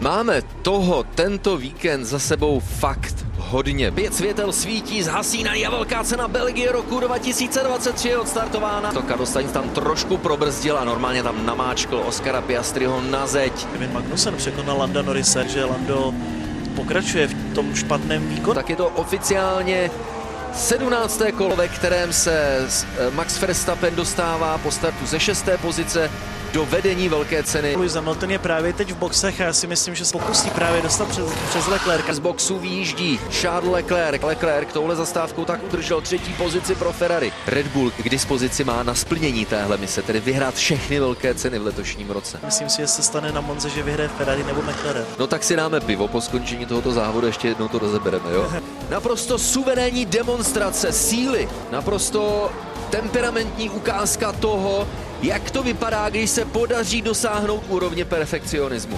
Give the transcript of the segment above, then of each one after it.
Máme tento víkend za sebou fakt hodně. 5 světel svítí, zhasínají a velká cena Belgie roku 2023 je odstartována. To Carlos Sainz tam trošku probrzdil a normálně tam namáčkl Oscara Piastriho na zeď. Kevin Magnussen překonal Landa Norrise, že Lando pokračuje v tom špatném výkonu. Tak je to oficiálně 17. kolo, ve kterém se Max Verstappen dostává po startu ze 6. pozice do vedení velké ceny. Lewis Hamilton je právě teď v boxech a já si myslím, že se pokusí právě dostat přes Leclerca. Z boxu výjíždí Charles Leclerc. Leclerc touhle zastávkou tak udržel 3. pozici pro Ferrari. Red Bull k dispozici má na splnění téhle mise, tedy vyhrát všechny velké ceny v letošním roce. Myslím si, že se stane na Monze, že vyhraje Ferrari nebo McLaren. No tak si dáme pivo po skončení tohoto závodu, ještě jednou to rozebereme, jo? Naprosto suverénní demonstrace síly, naprosto temperamentní ukázka toho, jak to vypadá, když se podaří dosáhnout úrovně perfekcionismu.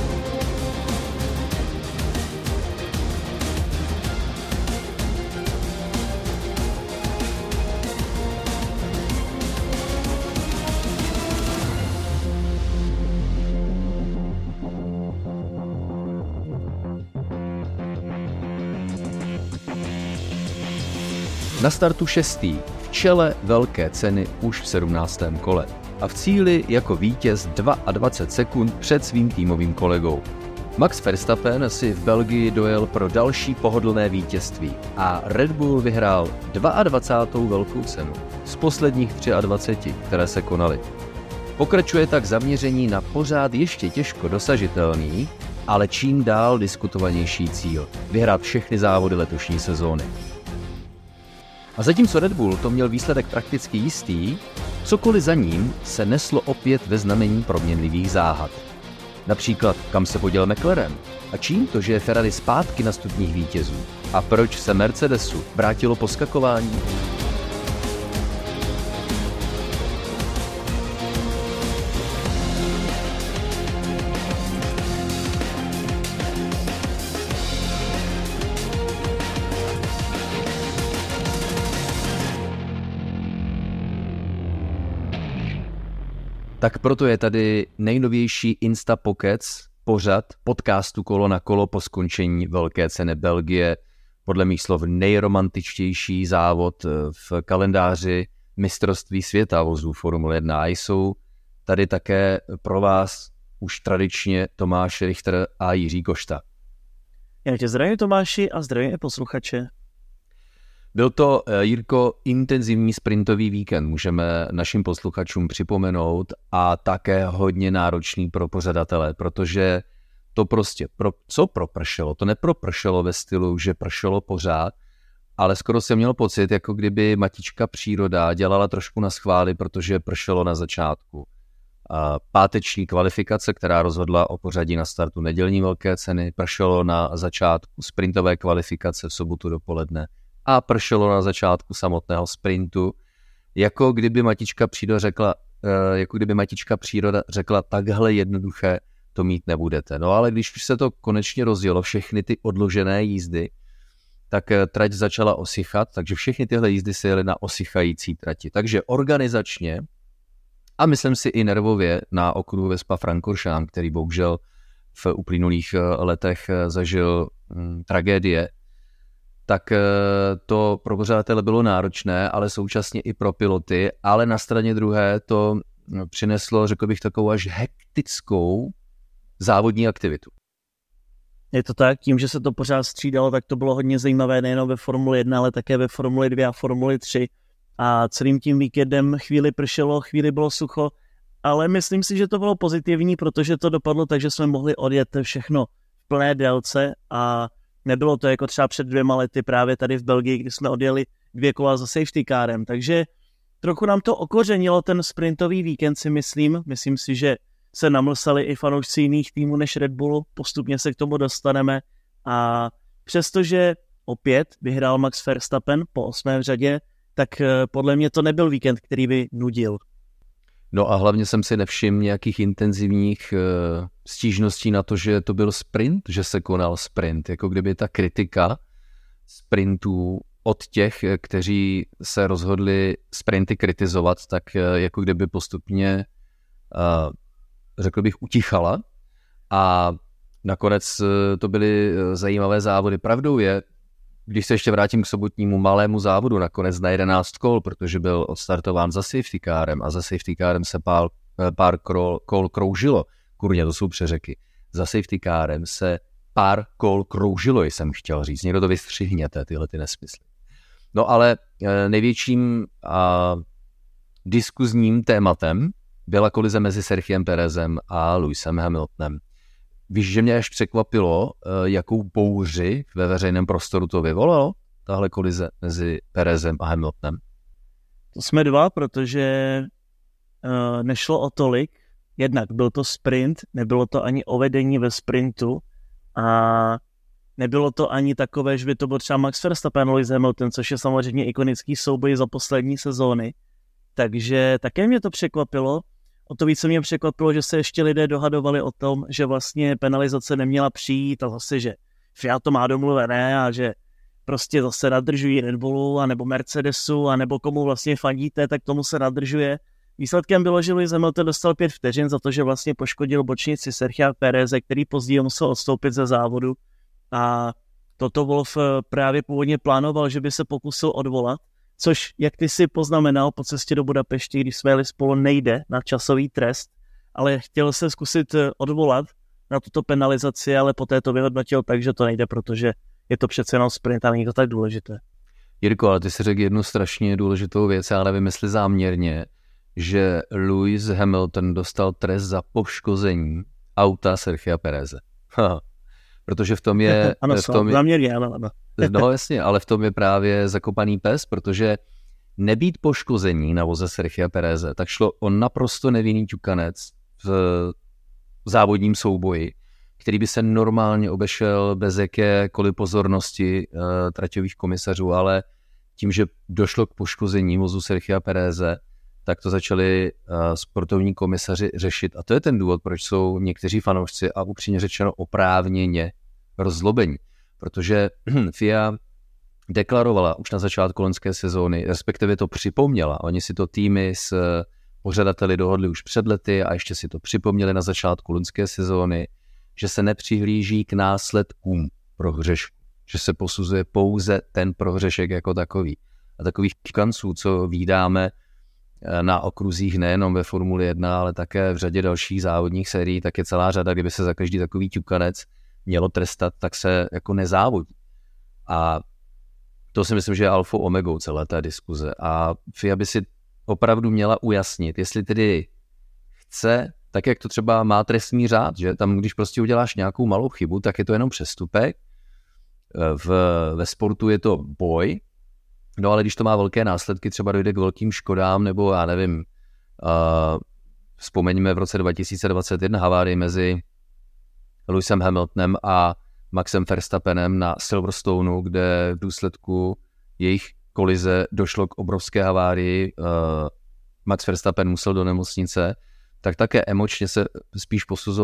Na startu 6. v čele velké ceny už v 17. kole a v cíli jako vítěz 22 sekund před svým týmovým kolegou. Max Verstappen si v Belgii dojel pro další pohodlné vítězství a Red Bull vyhrál 22. velkou cenu z posledních 23, které se konaly. Pokračuje tak zaměření na pořád ještě těžko dosažitelný, ale čím dál diskutovanější cíl – vyhrát všechny závody letošní sezóny. A zatímco Red Bull to měl výsledek prakticky jistý, cokoliv za ním se neslo opět ve znamení proměnlivých záhad. Například, kam se poděl McLaren a čím to, že je Ferrari zpátky na stupních vítězů a proč se Mercedesu vrátilo poskakování. Tak proto je tady nejnovější Insta Pockets pořad podcastu Kolo na kolo po skončení velké ceny Belgie. Podle mých slov nejromantičtější závod v kalendáři mistrovství světa vozů Formule 1. A jsou tady také pro vás už tradičně Tomáš Richter a Jiří Košta. Já tě zdravím, Tomáši, a zdravím posluchače. Byl to, Jirko, intenzivní sprintový víkend, můžeme našim posluchačům připomenout, a také hodně náročný pro pořadatele, protože to prostě, co propršelo? To nepropršelo ve stylu, že pršelo pořád, ale skoro jsem měl pocit, jako kdyby matička příroda dělala trošku na schvály, protože pršelo na začátku. Páteční kvalifikace, která rozhodla o pořadí na startu nedělní velké ceny, pršelo na začátku sprintové kvalifikace v sobotu dopoledne a pršelo na začátku samotného sprintu, jako kdyby matička příroda řekla, takhle jednoduché to mít nebudete. No ale když už se to konečně rozjelo, všechny ty odložené jízdy, tak trať začala osychat, takže všechny tyhle jízdy se jely na osychající trati. Takže organizačně a myslím si i nervově na okruhu ve Spa-Francorchamps, který bohužel v uplynulých letech zažil tragédie, tak to pro pořadatele bylo náročné, ale současně i pro piloty, ale na straně druhé to přineslo, řekl bych, takovou až hektickou závodní aktivitu. Je to tak, tím, že se to pořád střídalo, tak to bylo hodně zajímavé nejen ve Formuli 1, ale také ve Formuli 2 a Formuli 3. A celým tím víkendem chvíli pršelo, chvíli bylo sucho, ale myslím si, že to bylo pozitivní, protože to dopadlo tak, že jsme mohli odjet všechno v plné délce a nebylo to jako třeba před 2 lety právě tady v Belgii, kdy jsme odjeli 2 kola za safety carem. Takže trochu nám to okořenilo ten sprintový víkend, si myslím. Myslím si, že se namlsali i fanoušci jiných týmů než Red Bullu. Postupně se k tomu dostaneme. A přestože opět vyhrál Max Verstappen po 8. řadě, tak podle mě to nebyl víkend, který by nudil. No a hlavně jsem si nevšiml nějakých intenzivních stížností na to, že to byl sprint, že se konal sprint. Jako kdyby ta kritika sprintů od těch, kteří se rozhodli sprinty kritizovat, tak jako kdyby postupně, řekl bych, utichala. A nakonec to byly zajímavé závody. Pravdou je, když se ještě vrátím k sobotnímu malému závodu, nakonec na 11 kol, protože byl odstartován za safety carem a za safety carem se pár kol kroužilo. Kurně, to jsou přeřeky. Za safety carem se pár kol kroužilo, jsem chtěl říct. Někdo to vystřihněte, tyhle ty nesmysly. No ale největším diskuzním tématem byla kolize mezi Sergiem Pérezem a Lewisem Hamiltonem. Víš, že mě až překvapilo, jakou bouři ve veřejném prostoru to vyvolalo, tahle kolize mezi Pérezem a Hamiltonem? To jsme dva, protože nešlo o tolik. Jednak byl to sprint, nebylo to ani o vedení ve sprintu a nebylo to ani takové, že by to byl třeba Max Verstappen, Lewis Hamilton, což je samozřejmě ikonický souboj za poslední sezóny. Takže také mě to překvapilo. O to více mě překvapilo, že se ještě lidé dohadovali o tom, že vlastně penalizace neměla přijít a zase, že Fiat to má domluvené a že prostě zase nadržují Red Bullu a nebo Mercedesu a nebo komu vlastně fandíte, tak tomu se nadržuje. Výsledkem bylo, že Lewis Hamilton dostal 5 vteřin za to, že vlastně poškodil bočnici Sergia Péreze, který později musel odstoupit ze závodu. A toto Wolf právě původně plánoval, že by se pokusil odvolat, což, jak ty si poznamenal po cestě do Budapešti, když jsme jeli spolu, nejde na časový trest, ale chtěl se zkusit odvolat na tuto penalizaci, ale poté to vyhodnotil tak, že to nejde, protože je to přece jenom sprint a není to tak důležité. Jirko, ale ty si řekl jednu strašně důležitou věc, já nevím, jestli záměrně, že Lewis Hamilton dostal trest za poškození auta Sergia Péreze. Protože v tom je... Ano, záměrně, ano. No jasně, ale v tom je právě zakopaný pes, protože nebýt poškození na voze Sergia Péreze, tak šlo o naprosto nevinný ťukanec v závodním souboji, který by se normálně obešel bez jakékoliv pozornosti traťových komisařů, ale tím, že došlo k poškození vozu Sergia Péreze, tak to začali sportovní komisaři řešit. A to je ten důvod, proč jsou někteří fanoušci a upřímně řečeno oprávněně rozzlobení. Protože FIA deklarovala už na začátku loňské sezóny, respektive to připomněla. Oni si to týmy s pořadateli dohodli už před lety a ještě si to připomněli na začátku loňské sezóny, že se nepřihlíží k následkům prohřešku, že se posuzuje pouze ten prohřešek jako takový. A takových kanců, co vídáme na okruzích nejenom ve Formuli 1, ale také v řadě dalších závodních sérií, tak je celá řada, kdyby se za každý takový ťukanec mělo trestat, tak se jako nezávodí. A to si myslím, že je alfou omegou celé té diskuze. A FIA by si opravdu měla ujasnit, jestli tedy chce, tak jak to třeba má trestní řád, že tam, když prostě uděláš nějakou malou chybu, tak je to jenom přestupek. Ve sportu je to boj, no ale když to má velké následky, třeba dojde k velkým škodám, nebo já nevím, vzpomeňme v roce 2021 havárii mezi Lewisem Hamiltonem a Maxem Verstappenem na Silverstoneu, kde v důsledku jejich kolize došlo k obrovské havárii, Max Verstappen musel do nemocnice, tak také emočně se spíš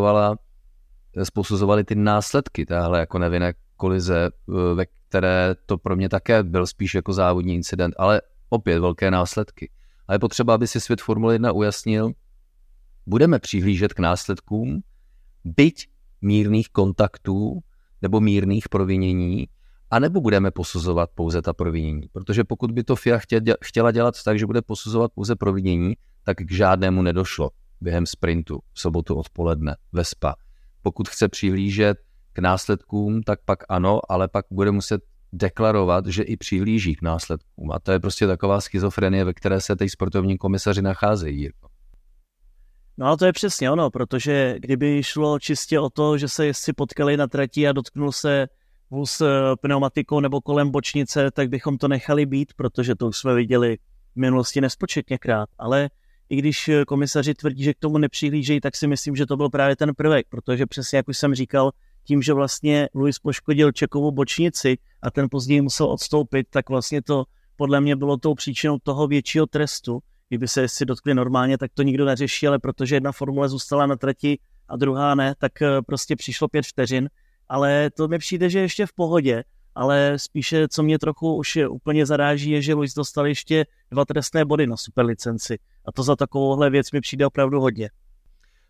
posuzovaly ty následky téhle jako nevinné kolize, ve které to pro mě také byl spíš jako závodní incident, ale opět velké následky. A je potřeba, aby si svět Formule 1 ujasnil, budeme přihlížet k následkům, byť mírných kontaktů nebo mírných provinění, anebo budeme posuzovat pouze ta provinění. Protože pokud by to FIA chtěla dělat tak, že bude posuzovat pouze provinění, tak k žádnému nedošlo během sprintu v sobotu odpoledne ve Spa. Pokud chce přihlížet k následkům, tak pak ano, ale pak bude muset deklarovat, že i přihlíží k následkům. A to je prostě taková schizofrenie, ve které se teď sportovní komisaři nacházejí, Jirko. No a to je přesně ono, protože kdyby šlo čistě o to, že se jezdci potkali na trati a dotknul se vůz pneumatikou nebo kolem bočnice, tak bychom to nechali být, protože to už jsme viděli v minulosti nespočetněkrát. Ale i když komisaři tvrdí, že k tomu nepřihlížejí, tak si myslím, že to byl právě ten prvek, protože přesně jak už jsem říkal, tím, že vlastně Lewis poškodil Čekovu bočnici a ten později musel odstoupit, tak vlastně to podle mě bylo tou příčinou toho většího trestu. Kdyby se jezdci dotkli normálně, tak to nikdo neřeší, ale protože jedna formule zůstala na trati a druhá ne, tak prostě přišlo 5 vteřin. Ale to mi přijde, že ještě v pohodě, ale spíše, co mě trochu už úplně zaráží, je, že Lewis dostal ještě 2 trestné body na superlicenci. A to za takovouhle věc mi přijde opravdu hodně.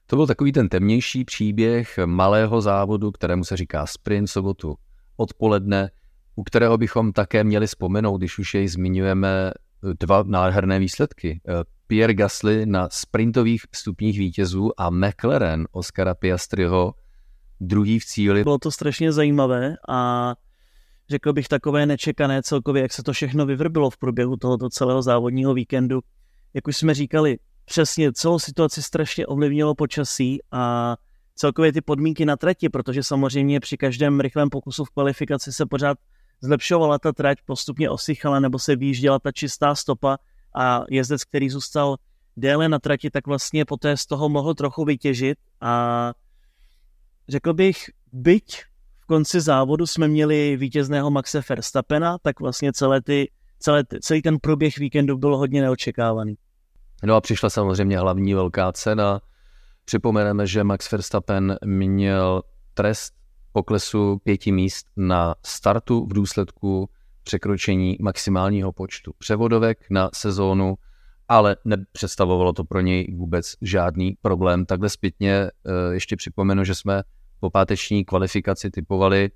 To byl takový ten temnější příběh malého závodu, kterému se říká sprint, sobotu odpoledne, u kterého bychom také měli vzpomenout, když už jej zmiňujeme, dva nádherné výsledky. Pierre Gasly na sprintových stupních vítězů a McLaren Oscara Piastriho druhý v cíli. Bylo to strašně zajímavé a řekl bych takové nečekané celkově, jak se to všechno vyvrbilo v průběhu tohoto celého závodního víkendu. Jak už jsme říkali, přesně celou situaci strašně ovlivnilo počasí a celkově ty podmínky na trati, protože samozřejmě při každém rychlém pokusu v kvalifikaci se pořád zlepšovala ta trať, postupně osychala nebo se vyjížděla ta čistá stopa a jezdec, který zůstal déle na trati, tak vlastně poté z toho mohl trochu vytěžit a řekl bych, byť v konci závodu jsme měli vítězného Maxe Verstappena, tak vlastně celý ten průběh víkendu byl hodně neočekávaný. No a přišla samozřejmě hlavní velká cena. Připomeneme, že Max Verstappen měl trest poklesu 5 míst na startu v důsledku překročení maximálního počtu převodovek na sezónu, ale nepředstavovalo to pro něj vůbec žádný problém. Takhle zpětně ještě připomenu, že jsme po páteční kvalifikaci typovali,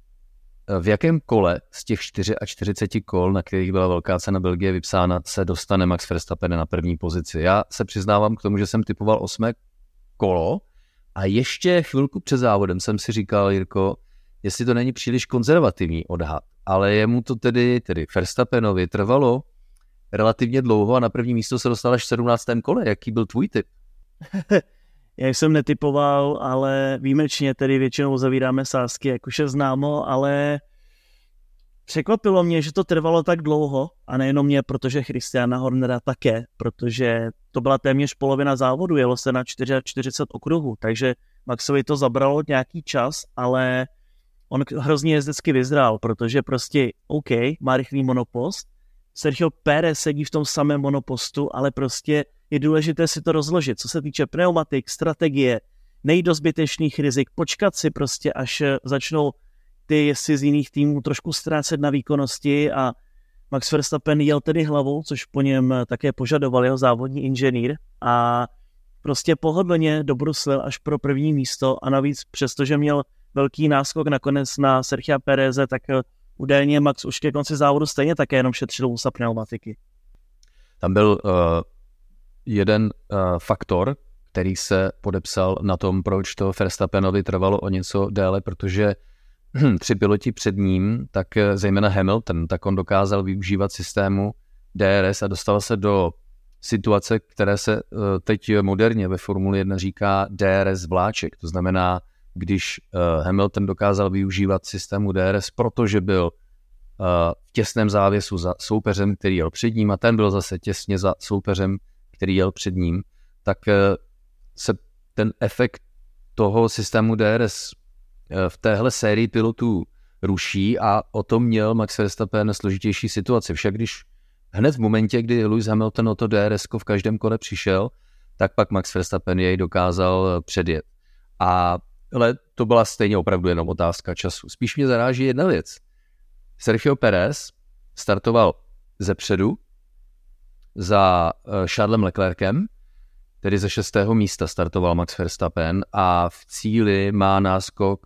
v jakém kole z těch 44 kol, na kterých byla velká cena Belgie vypsána, se dostane Max Verstappen na první pozici. Já se přiznávám k tomu, že jsem typoval 8. kolo a ještě chvilku před závodem jsem si říkal, Jirko, jestli to není příliš konzervativní odhad, ale jemu to tedy Verstappenovi trvalo relativně dlouho a na první místo se dostal až v 17. kole. Jaký byl tvůj tip? Já jsem netypoval, ale výjimečně tedy většinou zavíráme sázky, jak už je známo, ale překvapilo mě, že to trvalo tak dlouho a nejenom mě, protože Christiana Hornera také, protože to byla téměř polovina závodu, jelo se na 44 okruhů, takže Maxovi to zabralo nějaký čas, ale on hrozně jezdecky vyzrál, protože prostě OK, má rychlý monopost, Sergio Pérez sedí v tom samém monopostu, ale prostě je důležité si to rozložit. Co se týče pneumatik, strategie, nejít do zbytečných rizik, počkat si prostě, až začnou ty jezdci z jiných týmů trošku ztrácet na výkonnosti a Max Verstappen jel tedy hlavou, což po něm také požadoval jeho závodní inženýr a prostě pohodlně dobruslil až pro první místo a navíc přestože měl velký náskok nakonec na Sergia Péreze, tak údajně Max už ke konci závodu stejně také jenom šetřil úsa pneumatiky. Tam byl jeden faktor, který se podepsal na tom, proč to Verstappenovi trvalo o něco déle, protože 3 piloti před ním, tak zejména Hamilton, tak on dokázal využívat systému DRS a dostal se do situace, které se teď moderně ve Formuli 1 říká DRS vláček. To znamená, když Hamilton dokázal využívat systému DRS, protože byl v těsném závěsu za soupeřem, který jel před ním a ten byl zase těsně za soupeřem, který jel před ním, tak se ten efekt toho systému DRS v téhle sérii pilotů ruší a o tom měl Max Verstappen složitější situaci. Však když hned v momentě, kdy Lewis Hamilton o to DRS-ko v každém kole přišel, tak pak Max Verstappen jej dokázal předjet. Ale to byla stejně opravdu jenom otázka času. Spíš mě zaráží jedna věc. Sergio Pérez startoval zepředu za Charlesem Leclercem, tedy ze 6. místa startoval Max Verstappen a v cíli má náskok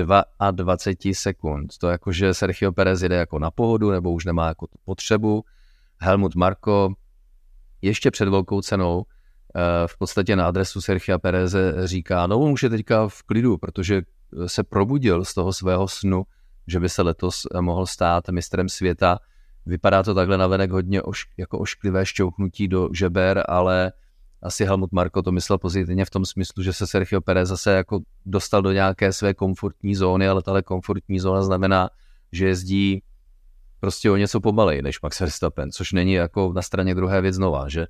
22 sekund. To jakože Sergio Pérez jede jako na pohodu nebo už nemá jako tu potřebu. Helmut Marko ještě před velkou cenou v podstatě na adresu Sergia Péreze říká, no on už je teďka v klidu, protože se probudil z toho svého snu, že by se letos mohl stát mistrem světa. Vypadá to takhle navenek hodně jako ošklivé šťouchnutí do žeber, ale asi Helmut Marko to myslel pozitivně v tom smyslu, že se Sergio Pérez zase jako dostal do nějaké své komfortní zóny, ale tahle komfortní zóna znamená, že jezdí prostě o něco pomalej než Max Verstappen, což není jako na straně druhé věc nová, že?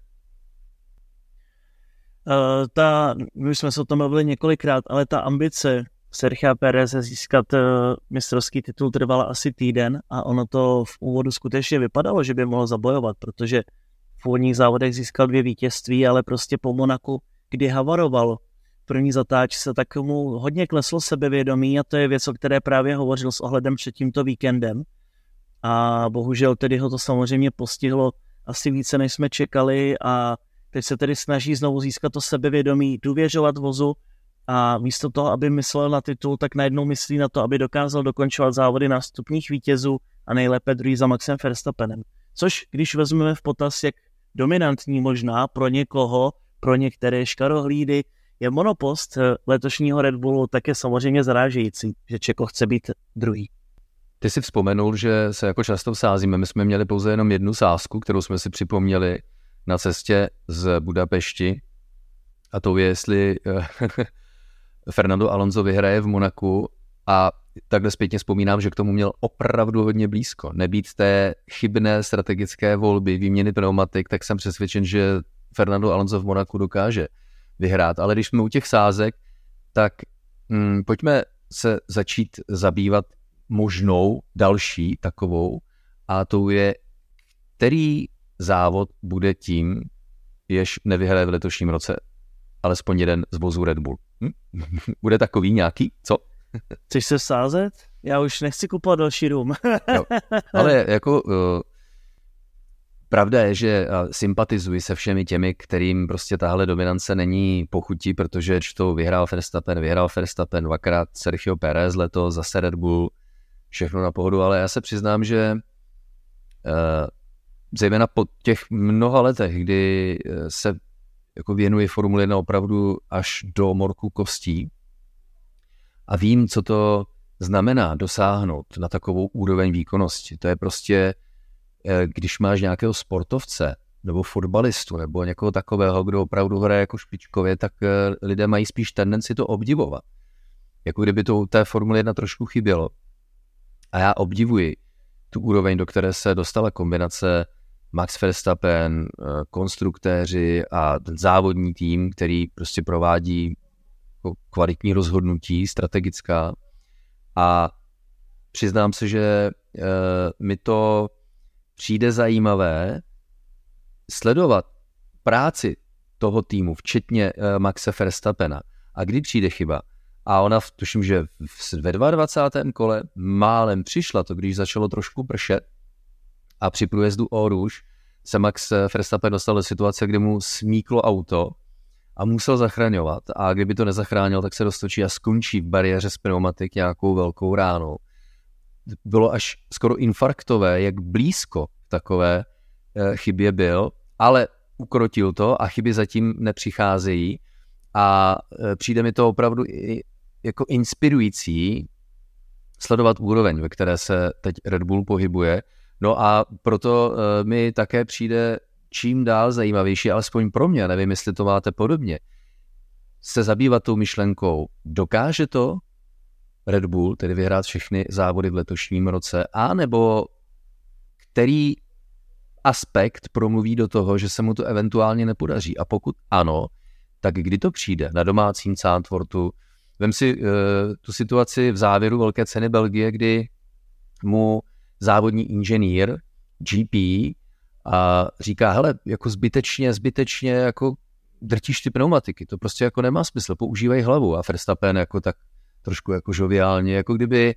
My jsme se o tom mluvili několikrát, ale ta ambice Sergia Péreze získat mistrovský titul trvala asi týden a ono to v úvodu skutečně vypadalo, že by mohl zabojovat, protože v úvodních závodech získal 2 vítězství, ale prostě po Monaku, kdy havaroval v první zatáčce, tak mu hodně kleslo sebevědomí a to je věc, o které právě hovořil s ohledem před tímto víkendem. A bohužel tedy ho to samozřejmě postihlo asi více, než jsme čekali a teď se tedy snaží znovu získat to sebevědomí, důvěřovat vozu a místo toho, aby myslel na titul, tak najednou myslí na to, aby dokázal dokončovat závody nástupních vítězů a nejlépe druhý za Maxem Verstappenem. Což, když vezmeme v potaz, jak dominantní možná pro někoho, pro některé škarohlídy, je monopost letošního Red Bullu, tak je samozřejmě zarážející, že Čeko chce být druhý. Ty si vzpomenul, že se jako často sázíme. My jsme měli pouze jenom jednu sázku, kterou jsme si připomněli na cestě z Budapešti. A to je, jestli Fernando Alonso vyhraje v Monaku. A takhle zpětně vzpomínám, že k tomu měl opravdu hodně blízko. Nebýt té chybné strategické volby, výměny pneumatik, tak jsem přesvědčen, že Fernando Alonso v Monaku dokáže vyhrát. Ale když jsme u těch sázek, tak pojďme se začít zabývat možnou další takovou, a to je, který závod bude tím, jež nevyhraje v letošním roce alespoň jeden z vozů Red Bull. Bude takový nějaký? Co? Chceš se sázet? Já už nechci kupovat další dům. No, ale jako pravda je, že sympatizuji se všemi těmi, kterým prostě tahle dominance není pochutí, protože to vyhrál Verstappen dvakrát, Sergio Pérez letos, zase Red Bull, všechno na pohodu, ale já se přiznám, že zejména po těch mnoha letech, kdy se jako věnuji Formule 1 opravdu až do morku kostí a vím, co to znamená dosáhnout na takovou úroveň výkonnosti. To je prostě, když máš nějakého sportovce nebo fotbalistu nebo někoho takového, kdo opravdu hraje jako špičkově, tak lidé mají spíš tendenci to obdivovat. Jako kdyby to u té Formule 1 trošku chybělo. A já obdivuji tu úroveň, do které se dostala kombinace Max Verstappen, konstruktéři a ten závodní tým, který prostě provádí kvalitní rozhodnutí, strategická. A přiznám se, že mi to přijde zajímavé sledovat práci toho týmu, včetně Maxe Verstappena. A kdy přijde chyba? A ona, tuším, že ve 22. kole málem přišla to, když začalo trošku pršet a při průjezdu Eau Rouge se Max Verstappen dostal do situace, kdy mu smíklo auto a musel zachraňovat. A kdyby to nezachránil, tak se dostočí a skončí v bariéře z pneumatik nějakou velkou ránou. Bylo až skoro infarktové, jak blízko takové chybě byl, ale ukrotil to a chyby zatím nepřicházejí. A přijde mi to opravdu jako inspirující sledovat úroveň, ve které se teď Red Bull pohybuje. No a proto mi také přijde čím dál zajímavější, alespoň pro mě, nevím, jestli to máte podobně, se zabývat tou myšlenkou, dokáže to Red Bull, tedy vyhrát všechny závody v letošním roce, anebo který aspekt promluví do toho, že se mu to eventuálně nepodaří. A pokud ano, tak kdy to přijde na domácím Zandvoortu? Vem si tu situaci v závěru Velké ceny Belgie, kdy mu závodní inženýr GP a říká, hele, jako zbytečně jako drtíš ty pneumatiky, to prostě jako nemá smysl, používají hlavu. A Verstappen jako tak trošku jako žoviálně, jako kdyby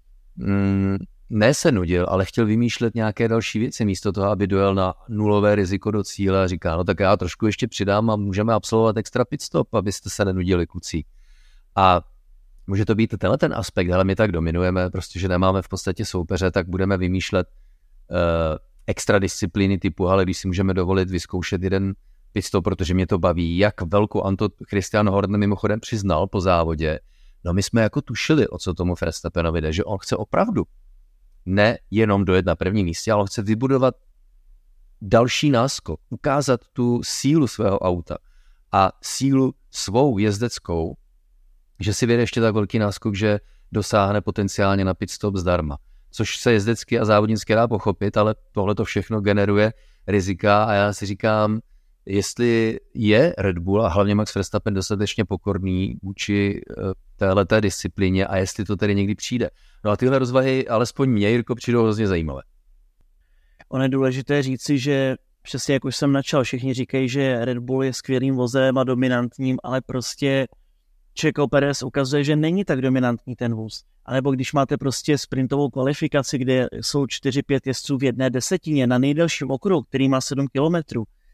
ne se nudil, ale chtěl vymýšlet nějaké další věci místo toho, aby dojel na nulové riziko do cíle a říká, no tak já trošku ještě přidám a můžeme absolvovat extra pit stop, abyste se nenudili, kluci. A může to být tenhle ten aspekt, ale my tak dominujeme, prostě, že nemáme v podstatě soupeře, tak budeme vymýšlet extra disciplíny typu, ale když si můžeme dovolit vyzkoušet jeden pit stop, protože mě to baví, jak velkou Christian Horner mimochodem přiznal po závodě, no my jsme jako tušili, o co tomu Verstappenovi jde, že on chce opravdu ne jenom dojet na prvním místě, ale chce vybudovat další náskok, ukázat tu sílu svého auta a sílu svou jezdeckou, že si vyjde ještě tak velký náskok, že dosáhne potenciálně na pit stop zdarma. Což se jezdecky a závodnicky dá pochopit, ale tohle to všechno generuje rizika a já si říkám, jestli je Red Bull a hlavně Max Verstappen dostatečně pokorný vůči téhleté disciplíně a jestli to tedy někdy přijde. No a tyhle rozvahy alespoň mě, Jirko, přijdou hrozně zajímavé. Ono je důležité říci, že přesně jak už jsem načal, všichni říkají, že Red Bull je skvělým vozem a dominantním, ale prostě Checo Perez ukazuje, že není tak dominantní ten vůz. A nebo když máte prostě sprintovou kvalifikaci, kde jsou 4-5 jezdců v jedné desetině na nejdelším okruhu, který má 7 kilometrů,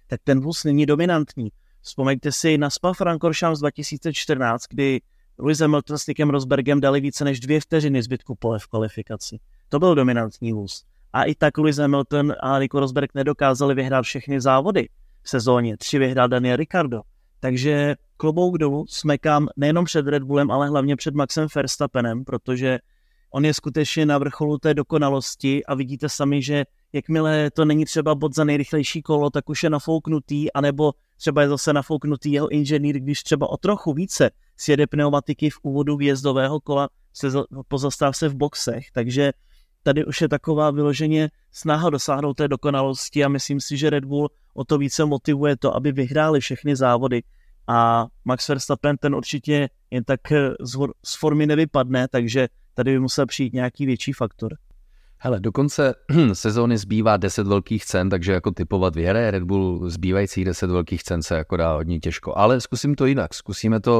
tak ten vůz není dominantní. Vzpomeňte si na Spa-Francorchamps 2014, kdy Lewis Hamilton s Nickem Rosbergem dali více než 2 vteřiny zbytku pole v kvalifikaci. To byl dominantní vůz. A i tak Lewis Hamilton a Nico Rosberg nedokázali vyhrát všechny závody v sezóně. 3 vyhrál Daniel Ricciardo. Takže klobouk dolů smekám nejenom před Red Bullem, ale hlavně před Maxem Verstappenem, protože on je skutečně na vrcholu té dokonalosti a vidíte sami, že jakmile to není třeba bod za nejrychlejší kolo, tak už je nafouknutý, anebo třeba je zase nafouknutý jeho inženýr, když třeba o trochu více sjede pneumatiky v úvodu výjezdového kola po zastávce v boxech, takže tady už je taková vyloženě snaha dosáhnout té dokonalosti a myslím si, že Red Bull o to více motivuje to, aby vyhráli všechny závody a Max Verstappen ten určitě jen tak z formy nevypadne, takže tady by musel přijít nějaký větší faktor. Hele, do konce sezóny zbývá 10 velkých cen, takže jako typovat vyhraje Red Bull zbývajících 10 velkých cen se jako dá hodně těžko. Ale zkusím to jinak, zkusíme to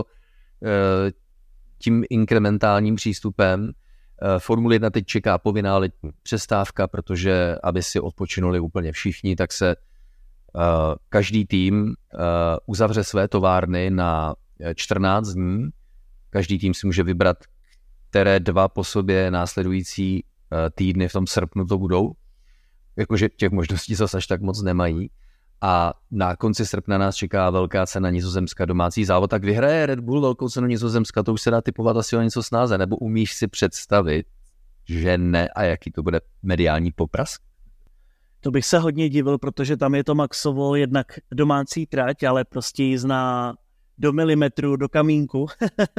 tím inkrementálním přístupem. Formule 1 teď čeká povinná letní přestávka, protože aby si odpočinuli úplně všichni, tak se každý tým uzavře své továrny na 14 dní. Každý tým si může vybrat, které 2 po sobě následující týdny v tom srpnu to budou. Jakože těch možností zase až tak moc nemají. A na konci srpna nás čeká velká cena Nizozemska, domácí závod. Tak vyhraje Red Bull velkou cenu Nizozemska, to už se dá typovat asi o něco snáze. Nebo umíš si představit, že ne, a jaký to bude mediální poprask? To bych se hodně divil, protože tam je to Maxovo jednak domácí trať, ale prostě jízdná do milimetru, do kamínku.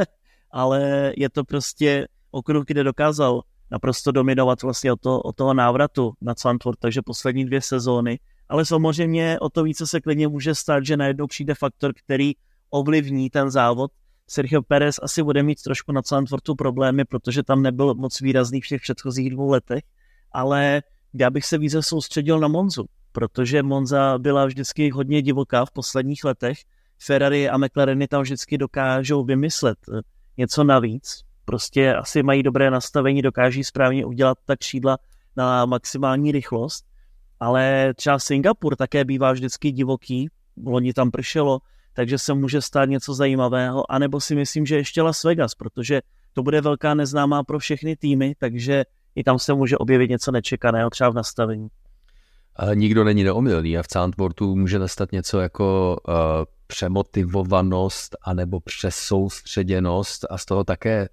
Ale je to prostě okruh, kde dokázal naprosto dominovat vlastně od toho návratu na Zandvoort, takže poslední 2 sezóny. Ale samozřejmě o to více se klidně může stát, že najednou přijde faktor, který ovlivní ten závod. Sergio Pérez asi bude mít trošku na Zandvoortu problémy, protože tam nebyl moc výrazný v těch předchozích 2 letech, ale já bych se více soustředil na Monzu, protože Monza byla vždycky hodně divoká v posledních letech. Ferrari a McLareny tam vždycky dokážou vymyslet něco navíc. Prostě asi mají dobré nastavení, dokáží správně udělat ta křídla na maximální rychlost, ale třeba Singapur také bývá vždycky divoký, loni tam pršelo, takže se může stát něco zajímavého, anebo si myslím, že ještě Las Vegas, protože to bude velká neznámá pro všechny týmy, takže i tam se může objevit něco nečekaného, třeba v nastavení. Ale nikdo není neomylný a v Zandvoortu může nastat něco jako přemotivovanost anebo přesoustředěnost a z toho také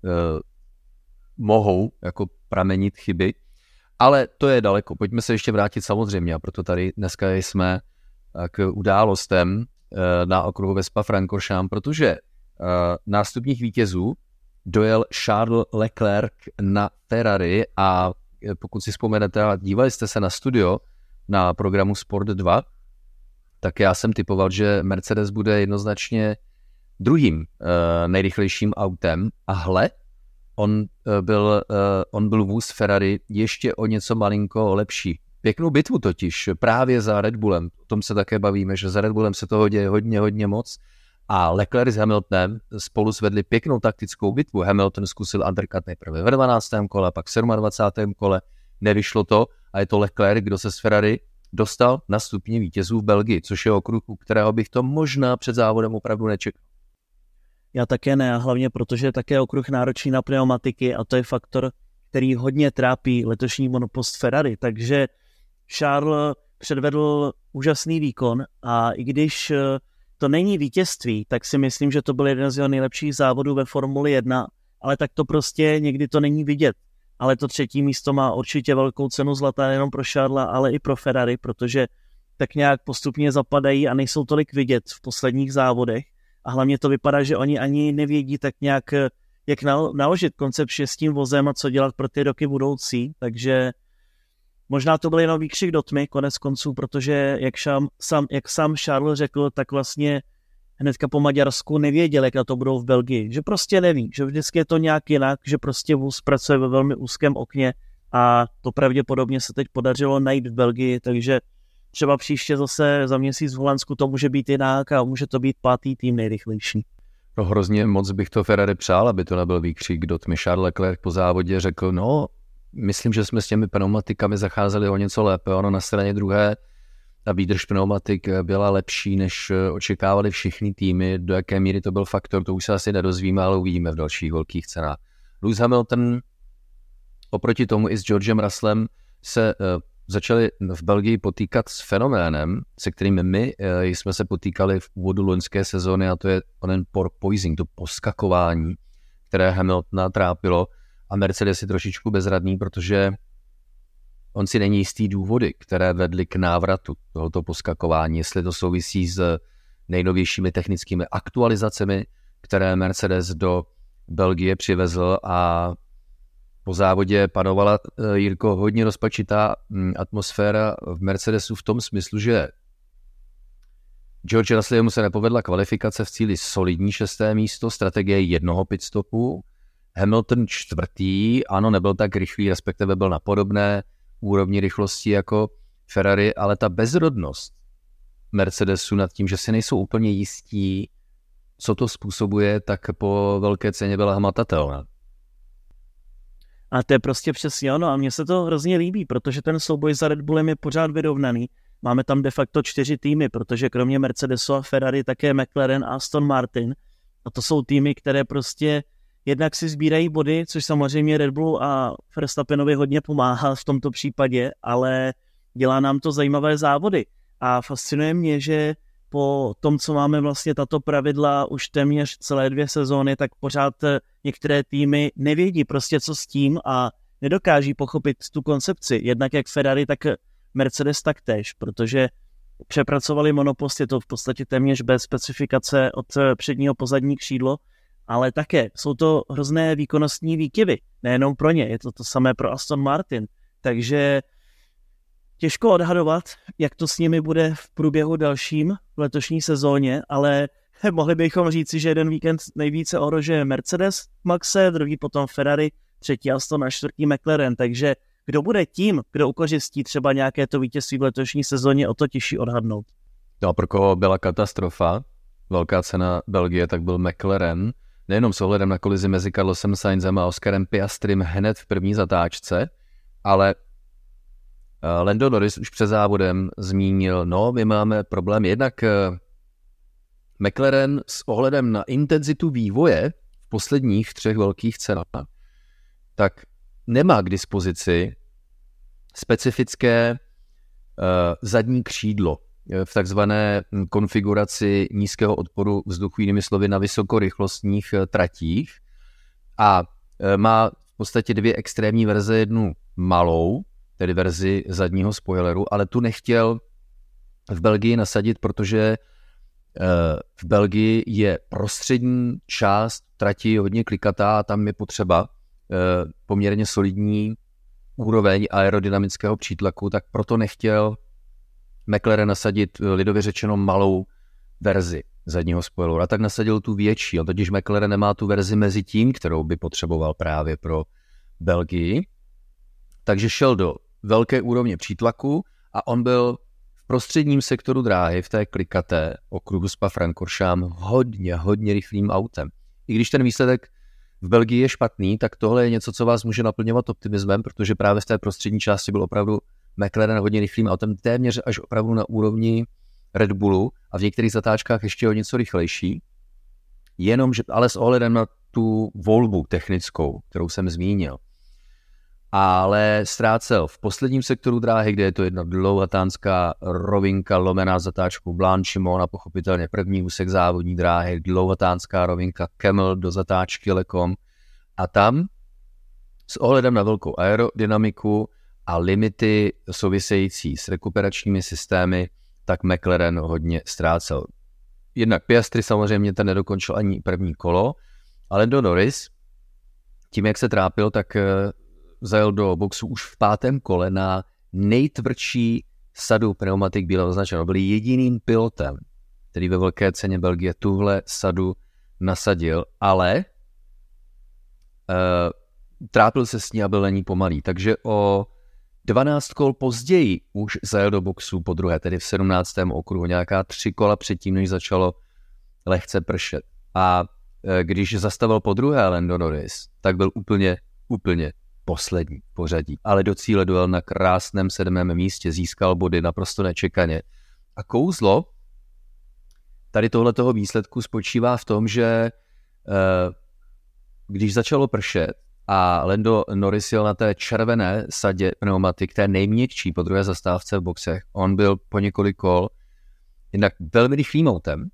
mohou jako pramenit chyby. Ale to je daleko. Pojďme se ještě vrátit samozřejmě a proto tady dneska jsme k událostem na okruhu ve Spa-Francorchamps, protože nástupních vítězů dojel Charles Leclerc na Ferrari a pokud si vzpomenete a dívali jste se na studio na programu Sport 2, tak já jsem typoval, že Mercedes bude jednoznačně druhým nejrychlejším autem a hle, on byl vůz Ferrari ještě o něco malinko lepší. Pěknou bitvu totiž právě za Red Bullem. O tom se také bavíme, že za Red Bullem se toho děje hodně moc. A Leclerc s Hamiltonem spolu svedli pěknou taktickou bitvu. Hamilton zkusil undercut nejprve ve 12. kole, pak v 27. kole. Nevyšlo to a je to Leclerc, kdo se z Ferrari dostal na stupně vítězů v Belgii, což je okruh, u kterého bych to možná před závodem opravdu nečekal. Já také ne, a hlavně protože je také okruh náročný na pneumatiky a to je faktor, který hodně trápí letošní monopost Ferrari. Takže Charles předvedl úžasný výkon a i když to není vítězství, tak si myslím, že to byl jeden z jeho nejlepších závodů ve Formuli 1, ale tak to prostě někdy to není vidět. Ale to 3. místo má určitě velkou cenu zlata nejenom pro Charlesa, ale i pro Ferrari, protože tak nějak postupně zapadají a nejsou tolik vidět v posledních závodech. A hlavně to vypadá, že oni ani nevědí tak nějak, jak naložit koncept 6. vozem a co dělat pro ty roky budoucí. Takže možná to byl jenom výkřik do tmy, konec konců, protože jak sám Charles řekl, tak vlastně hnedka po Maďarsku nevěděl, jak na to budou v Belgii. Že prostě neví, že vždycky je to nějak jinak, že prostě vůz pracuje ve velmi úzkém okně a to pravděpodobně se teď podařilo najít v Belgii, takže třeba příště zase za měsíc v Holandsku to může být jinak a může to být 5. tým nejrychlejší. No hrozně moc bych to Ferrari přál, aby to nebyl výkřik do tmy. Charles Leclerc po závodě řekl, no, myslím, že jsme s těmi pneumatikami zacházeli o něco lépe. Ono na straně druhé ta výdrž pneumatik byla lepší, než očekávali všichni týmy. Do jaké míry to byl faktor, to už se asi nedozvíme, ale uvidíme v dalších velkých cenách. Lewis Hamilton oproti tomu i s Georgem Russellem se začali v Belgii potýkat s fenoménem, se kterým my jsme se potýkali v úvodu loňské sezóny, a to je onen porpoising, to poskakování, které Hamiltona trápilo, a Mercedes je trošičku bezradný, protože on si není jistý důvody, které vedly k návratu tohoto poskakování, jestli to souvisí s nejnovějšími technickými aktualizacemi, které Mercedes do Belgie přivezl, a po závodě panovala, Jirko, hodně rozpačitá atmosféra v Mercedesu v tom smyslu, že George Russellu se nepovedla kvalifikace v cíli solidní 6. místo, strategie jednoho pitstopu, Hamilton 4. Ano, nebyl tak rychlý, respektive byl na podobné úrovni rychlosti jako Ferrari, ale ta bezrodnost Mercedesu nad tím, že si nejsou úplně jistí, co to způsobuje, tak po velké ceně byla hmatatelná. A to je prostě přesně ono, a mně se to hrozně líbí, protože ten souboj za Red Bullem je pořád vyrovnaný. Máme tam de facto 4 týmy, protože kromě Mercedesu a Ferrari také McLaren a Aston Martin. A to jsou týmy, které prostě jednak si sbírají body, což samozřejmě Red Bullu a Verstappenovi hodně pomáhá v tomto případě, ale dělá nám to zajímavé závody. A fascinuje mě, že po tom, co máme vlastně tato pravidla už téměř celé 2 sezóny, tak pořád některé týmy nevědí prostě co s tím a nedokáží pochopit tu koncepci. Jednak jak Ferrari, tak Mercedes taktéž, protože přepracovali monopost, je to v podstatě téměř bez specifikace od předního po zadní křídlo, ale také jsou to hrozné výkonnostní výkyvy, nejenom pro ně, je to to samé pro Aston Martin, takže těžko odhadovat, jak to s nimi bude v průběhu dalším v letošní sezóně, ale mohli bychom říci, že jeden víkend nejvíce ohrožuje Mercedes Maxe, druhý potom Ferrari, 3. Aston a 4. McLaren, takže kdo bude tím, kdo ukořistí třeba nějaké to vítězství v letošní sezóně, o to těžší odhadnout. No a pro koho byla katastrofa, velká cena Belgie, tak byl McLaren, nejenom s ohledem na kolizi mezi Carlosem Sainzem a Oscarem Piastrym hned v první zatáčce, ale Lando Norris už před závodem zmínil, my máme problém. Jednak McLaren s ohledem na intenzitu vývoje v posledních 3 velkých cenách, tak nemá k dispozici specifické zadní křídlo v takzvané konfiguraci nízkého odporu vzduchu, jinými slovy na vysokorychlostních tratích, a má v podstatě 2 extrémní verze, jednu malou, tedy verzi zadního spoileru, ale tu nechtěl v Belgii nasadit, protože v Belgii je prostřední část trati hodně klikatá a tam je potřeba poměrně solidní úroveň aerodynamického přítlaku, tak proto nechtěl McLaren nasadit lidově řečeno malou verzi zadního spoileru, a tak nasadil tu větší. On totiž McLaren nemá tu verzi mezi tím, kterou by potřeboval právě pro Belgii, takže šel do velké úrovně přítlaku a on byl v prostředním sektoru dráhy v té klikaté okruhu Spa-Francorchamps hodně rychlým autem. I když ten výsledek v Belgii je špatný, tak tohle je něco, co vás může naplňovat optimismem, protože právě v té prostřední části byl opravdu McLaren hodně rychlým autem, téměř až opravdu na úrovni Red Bullu a v některých zatáčkách ještě o něco rychlejší. Jenomže, ale s ohledem na tu volbu technickou, kterou jsem zmínil, ale ztrácel v posledním sektoru dráhy, kde je to jedna dlouhatánská rovinka lomená zatáčkou Blanchimont a pochopitelně první úsek závodní dráhy, dlouhatánská rovinka Camel do zatáčky Lecom, a tam s ohledem na velkou aerodynamiku a limity související s rekuperačními systémy, tak McLaren hodně ztrácel. Jednak Piastri samozřejmě ten nedokončil ani první kolo, ale Lando Norris, tím jak se trápil, tak zajel do boxu už v 5. kole na nejtvrdší sadu pneumatik bílého označeno. Byl jediným pilotem, který ve velké ceně Belgie tuhle sadu nasadil, ale trápil se s ní a byl na ní pomalý. Takže o 12 kol později už zajel do boxu po druhé, tedy v 17. okruhu, nějaká 3 kola předtím, než začalo lehce pršet. A když zastavil po druhé Lando Norris, tak byl úplně poslední pořadí, ale do cíle dojel na krásném 7. místě, získal body naprosto nečekaně. A kouzlo tady tohletoho výsledku spočívá v tom, že když začalo pršet a Lando Norris jel na té červené sadě pneumatik, té nejměkčí po druhé zastávce v boxech, on byl po několik kol jednak velmi rychlým autem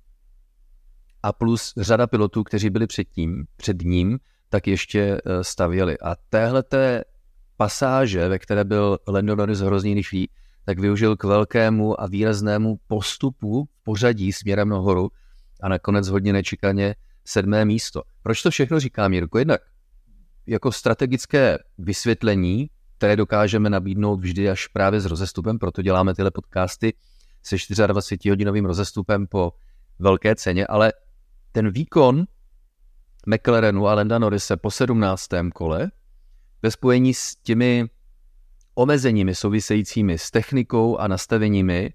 a plus řada pilotů, kteří byli před ním, tak ještě stavěli. A téhleté pasáže, ve které byl Lando Norris hrozně rychlý, tak využil k velkému a výraznému postupu v pořadí směrem nahoru a nakonec hodně nečekaně 7. místo. Proč to všechno říkám, Jirko? Jednak jako strategické vysvětlení, které dokážeme nabídnout vždy až právě s rozestupem, proto děláme tyhle podcasty se 24-hodinovým rozestupem po velké ceně, ale ten výkon McLarenu a Landa Norrise po 17. kole ve spojení s těmi omezeními souvisejícími s technikou a nastaveními,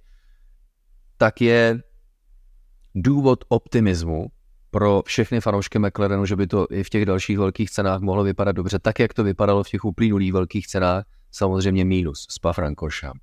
tak je důvod optimismu pro všechny fanoušky McLarenu, že by to i v těch dalších velkých cenách mohlo vypadat dobře, tak jak to vypadalo v těch uplynulých velkých cenách, samozřejmě mínus Spa-Francorchamps.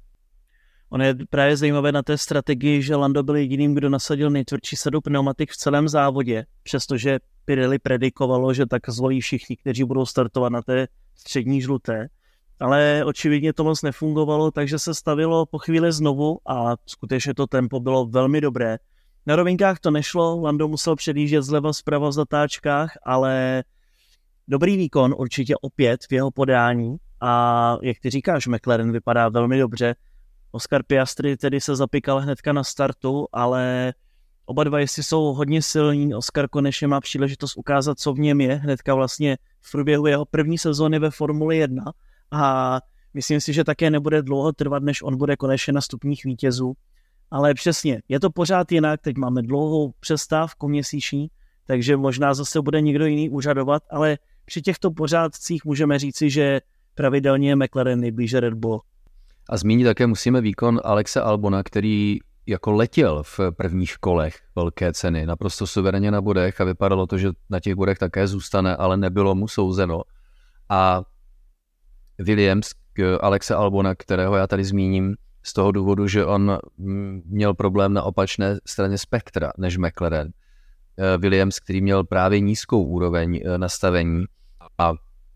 Ono je právě zajímavé na té strategii, že Lando byl jediným, kdo nasadil nejtvrdší sadu pneumatik v celém závodě, přestože Pirelli predikovalo, že tak zvolí všichni, kteří budou startovat na té střední žluté. Ale očividně to moc nefungovalo, takže se stavilo po chvíli znovu a skutečně to tempo bylo velmi dobré. Na rovinkách to nešlo, Lando musel předjíždět zleva zprava v zatáčkách, ale dobrý výkon určitě opět v jeho podání a jak ty říkáš, McLaren vypadá velmi dobře. Oscar Piastri tedy se zapíkal hnedka na startu, ale oba dva jestli jsou hodně silní. Oscar konečně má příležitost ukázat, co v něm je, hnedka vlastně v průběhu jeho první sezóny ve Formuli 1 a myslím si, že také nebude dlouho trvat, než on bude konečně na stupních vítězů. Ale přesně, je to pořád jinak, teď máme dlouhou přestávku měsíční, takže možná zase bude někdo jiný úřadovat, ale při těchto pořádcích můžeme říci, že pravidelně je McLaren nejblíže Red Bull. A zmínit také musíme výkon Alexe Albona, který jako letěl v prvních kolech velké ceny, naprosto suverénně na bodech a vypadalo to, že na těch bodech také zůstane, ale nebylo mu souzeno. A Williams, Alexe Albona, kterého já tady zmíním, z toho důvodu, že on měl problém na opačné straně spektra než McLaren. Williams, který měl právě nízkou úroveň nastavení a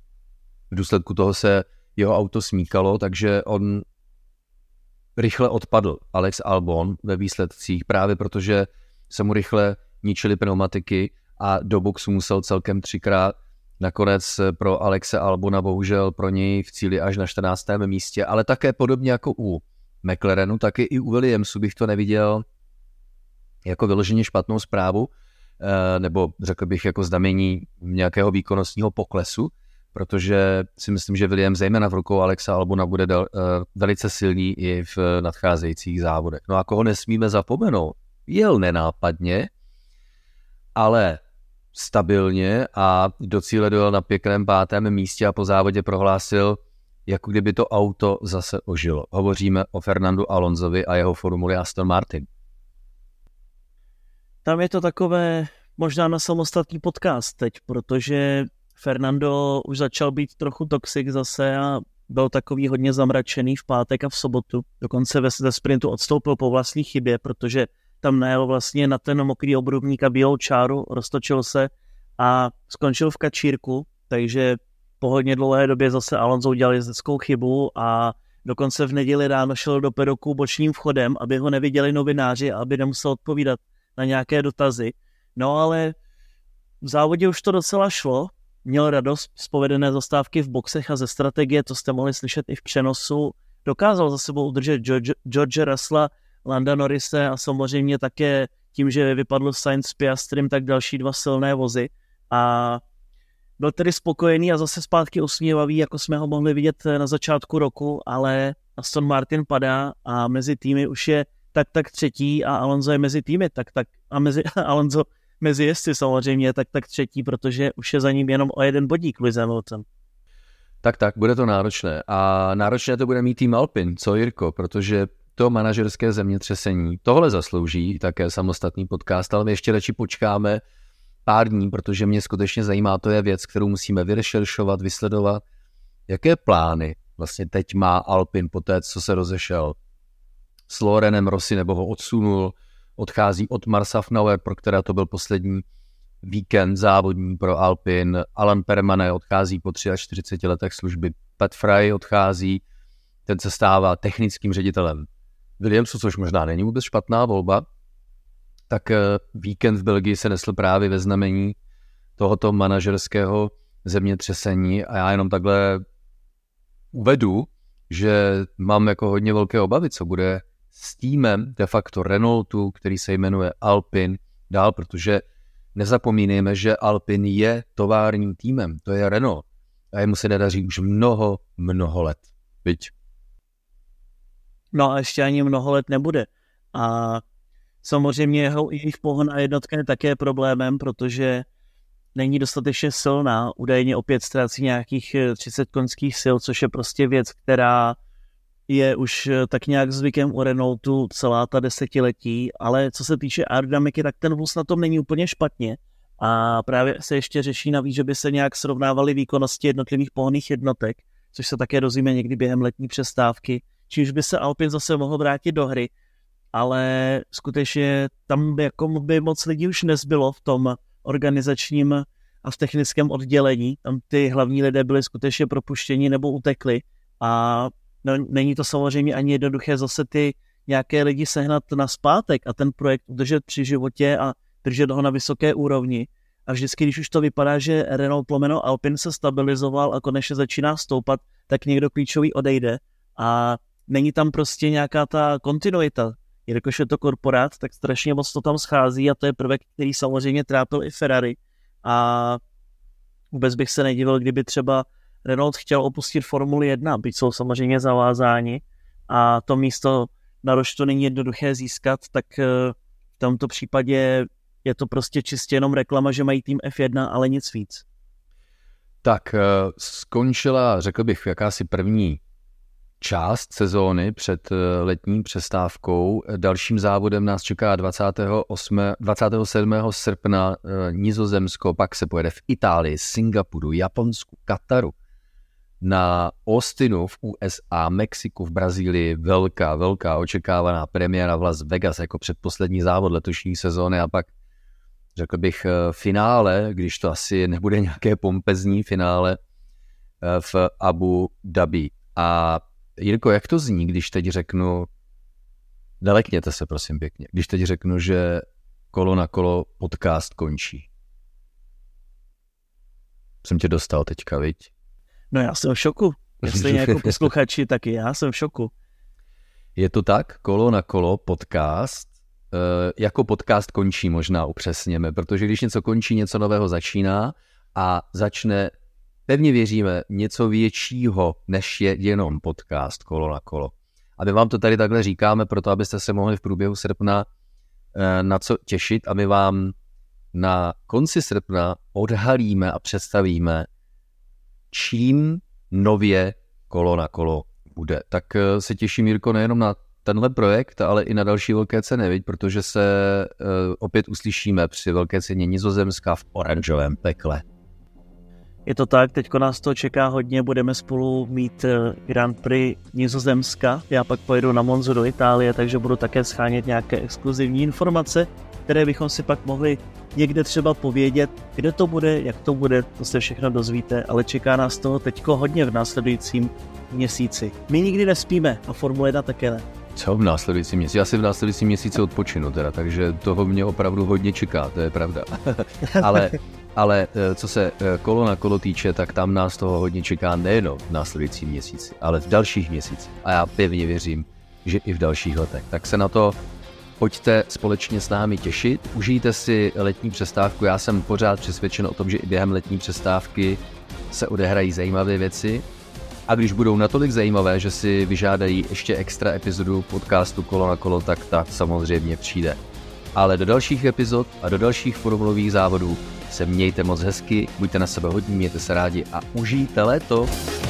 v důsledku toho se jeho auto smíkalo, takže on rychle odpadl, Alex Albon, ve výsledcích, právě protože se mu rychle ničily pneumatiky a do boxu musel celkem 3krát. Nakonec pro Alexe Albona bohužel pro něj v cíli až na 14. místě, ale také podobně jako u McLarenu, taky i u Williamsu bych to neviděl jako vyloženě špatnou zprávu, nebo řekl bych jako znamení nějakého výkonnostního poklesu, protože si myslím, že Williams zejména v rukou Alexa Albona bude velice silný i v nadcházejících závodech. No a koho nesmíme zapomenout? Jel nenápadně, ale stabilně a do cíle dojel na pěkném 5. místě a po závodě prohlásil, jako kdyby to auto zase ožilo. Hovoříme o Fernandu Alonsovi a jeho formuli Aston Martin. Tam je to takové možná na samostatný podcast teď, protože Fernando už začal být trochu toxic zase a byl takový hodně zamračený v pátek a v sobotu. Dokonce ve sprintu odstoupil po vlastní chybě, protože tam najel vlastně na ten mokrý obrubník a bílou čáru, roztočil se a skončil v kačírku, takže po hodně dlouhé době zase Alonso udělal jezdeckou chybu a dokonce v neděli ráno šel do pedoku bočním vchodem, aby ho neviděli novináři a aby nemusel odpovídat na nějaké dotazy. No ale v závodě už to docela šlo, měl radost z povedené zastávky v boxech a ze strategie, to jste mohli slyšet i v přenosu. Dokázal za sebou udržet George Russella, Landa Norrise a samozřejmě také tím, že vypadl Sainz s Piastrem, tak další dva silné vozy. A byl tedy spokojený a zase zpátky usměvavý, jako jsme ho mohli vidět na začátku roku, ale Aston Martin padá a mezi týmy už je tak třetí a Alonso je mezi týmy Alonso mezi jezdci samozřejmě tak třetí, protože už je za ním jenom o jeden bodík Lewis Hamilton. Tak, bude to náročné. A náročné to bude mít tým Alpin, co Jirko, protože to manažerské zemětřesení, tohle zaslouží také samostatný podcast, ale my ještě radši počkáme pár dní, protože mě skutečně zajímá, to je věc, kterou musíme vyrešeršovat, vysledovat jaké plány vlastně teď má Alpine po té, co se rozešel s Lorenem Rossi nebo ho odsunul, odchází od Mars Safnauer, pro která to byl poslední víkend závodní pro Alpine, Alan Permane odchází po 43 letech služby, Pat Fry odchází, ten se stává technickým ředitelem Williamsu, což možná není vůbec špatná volba, tak víkend v Belgii se nesl právě ve znamení tohoto manažerského zemětřesení a já jenom takhle uvedu, že mám jako hodně velké obavy, co bude s týmem de facto Renaultu, který se jmenuje Alpine dál, protože nezapomínejme, že Alpine je továrním týmem, to je Renault a jemu se nedaří už mnoho let, viď? No a ještě ani mnoho let nebude. A samozřejmě jejich pohonná jednotka je také problémem, protože není dostatečně silná, údajně opět ztrácí nějakých 30 koňských sil, což je prostě věc, která je už tak nějak zvykem u Renaultu celá ta desetiletí, ale co se týče aerodynamiky, tak ten vůz na tom není úplně špatně a právě se ještě řeší navíc, že by se nějak srovnávaly výkonnosti jednotlivých pohonných jednotek, což se také dozvíme někdy během letní přestávky, čímž by se Alpine zase mohl vrátit do hry, ale skutečně tam by moc lidí už nezbylo v tom organizačním a v technickém oddělení. Tam ty hlavní lidé byli skutečně propuštěni nebo utekli a no, není to samozřejmě ani jednoduché zase ty nějaké lidi sehnat nazpátek a ten projekt udržet při životě a držet ho na vysoké úrovni. A vždycky, když už to vypadá, že Renault / Alpine se stabilizoval a konečně začíná stoupat, tak někdo klíčový odejde a není tam prostě nějaká ta kontinuita. Jelikož je to korporát, tak strašně moc to tam schází a to je prvek, který samozřejmě trápil i Ferrari a vůbec bych se nedivil, kdyby třeba Renault chtěl opustit Formuli 1, byť jsou samozřejmě zavázáni a to místo na roštu není jednoduché získat, tak v tomto případě je to prostě čistě jenom reklama, že mají tým F1, ale nic víc. Tak skončila, řekl bych, jakási první část sezóny před letní přestávkou. Dalším závodem nás čeká 27. srpna Nizozemsko, pak se pojede v Itálii, Singapuru, Japonsku, Kataru, na Austinu v USA, Mexiku, v Brazílii, velká očekávaná premiéra v Las Vegas jako předposlední závod letošní sezóny a pak řekl bych finále, když to asi nebude nějaké pompezní finále v Abu Dhabi. A Jirko, jak to zní, když teď řeknu, nelekněte se prosím pěkně, když teď řeknu, že Kolo na kolo podcast končí? Jsem tě dostal teďka, viď? No já jsem v šoku. Jestli jako posluchači, taky já jsem v šoku. Je to tak? Kolo na kolo podcast. Jako podcast končí, možná upřesněme, protože když něco končí, něco nového začíná a začne, pevně věříme, něco většího, než je jenom podcast Kolo na kolo. A my vám to tady takhle říkáme, proto abyste se mohli v průběhu srpna na co těšit a my vám na konci srpna odhalíme a představíme, čím nově Kolo na kolo bude. Tak se těším, Jirko, nejenom na tenhle projekt, ale i na další velké ceny, viď? Protože se opět uslyšíme při velké ceně Nizozemska v oranžovém pekle. Je to tak, teďko nás to čeká hodně, budeme spolu mít Grand Prix Nizozemska, já pak pojedu na Monzu do Itálie, takže budu také schánět nějaké exkluzivní informace, které bychom si pak mohli někde třeba povědět, kde to bude, jak to bude, to se všechno dozvíte, ale čeká nás toho teďko hodně v následujícím měsíci. My nikdy nespíme a Formule 1 také ne. Co v následujícím měsíci? Já si v následujícím měsíci odpočinu teda, takže toho mě opravdu hodně čeká, to je pravda. Ale co se Kolo na kolo týče, tak tam nás toho hodně čeká nejen v následujícím měsíci, ale v dalších měsících. A já pevně věřím, že i v dalších letech. Tak se na to pojďte společně s námi těšit. Užijte si letní přestávku. Já jsem pořád přesvědčen o tom, že i během letní přestávky se odehrají zajímavé věci. A když budou natolik zajímavé, že si vyžádají ještě extra epizodu podcastu Kolo na kolo, tak ta samozřejmě přijde. Ale do dalších epizod a do dalších formulových závodů se mějte moc hezky, buďte na sebe hodní, mějte se rádi a užijte léto.